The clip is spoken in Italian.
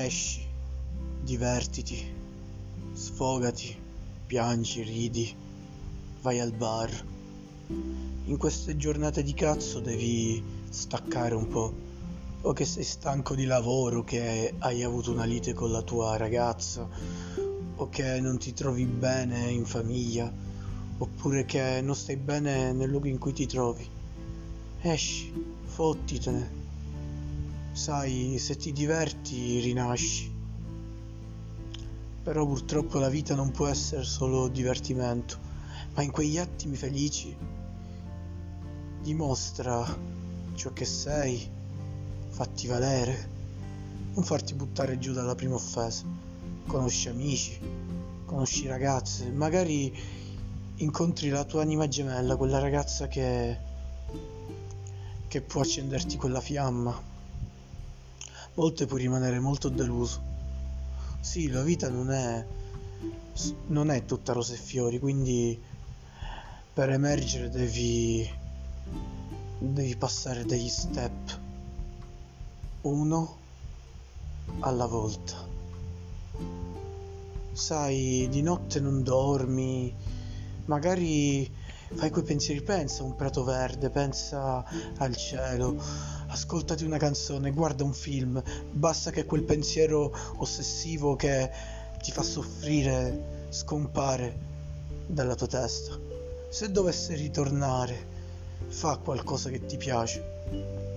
Esci, divertiti, sfogati, piangi, ridi, vai al bar. In queste giornate di cazzo devi staccare un po', o che sei stanco di lavoro, che hai avuto una lite con la tua ragazza, o che non ti trovi bene in famiglia, oppure che non stai bene nel luogo in cui ti trovi. Esci, fottitene. Sai, se ti diverti rinasci. Però purtroppo la vita non può essere solo divertimento, ma in quegli attimi felici dimostra ciò che sei, fatti valere, non farti buttare giù dalla prima offesa. Conosci amici, conosci ragazze, magari incontri la tua anima gemella, quella ragazza che può accenderti quella fiamma. Volte puoi rimanere molto deluso. Sì, la vita non è tutta rose e fiori, quindi per emergere devi passare degli step, uno alla volta. Sai, di notte non dormi, magari fai quei pensieri, pensa a un prato verde, pensa al cielo, ascoltati una canzone, guarda un film, basta che quel pensiero ossessivo che ti fa soffrire scompare dalla tua testa. Se dovesse ritornare, fa qualcosa che ti piace.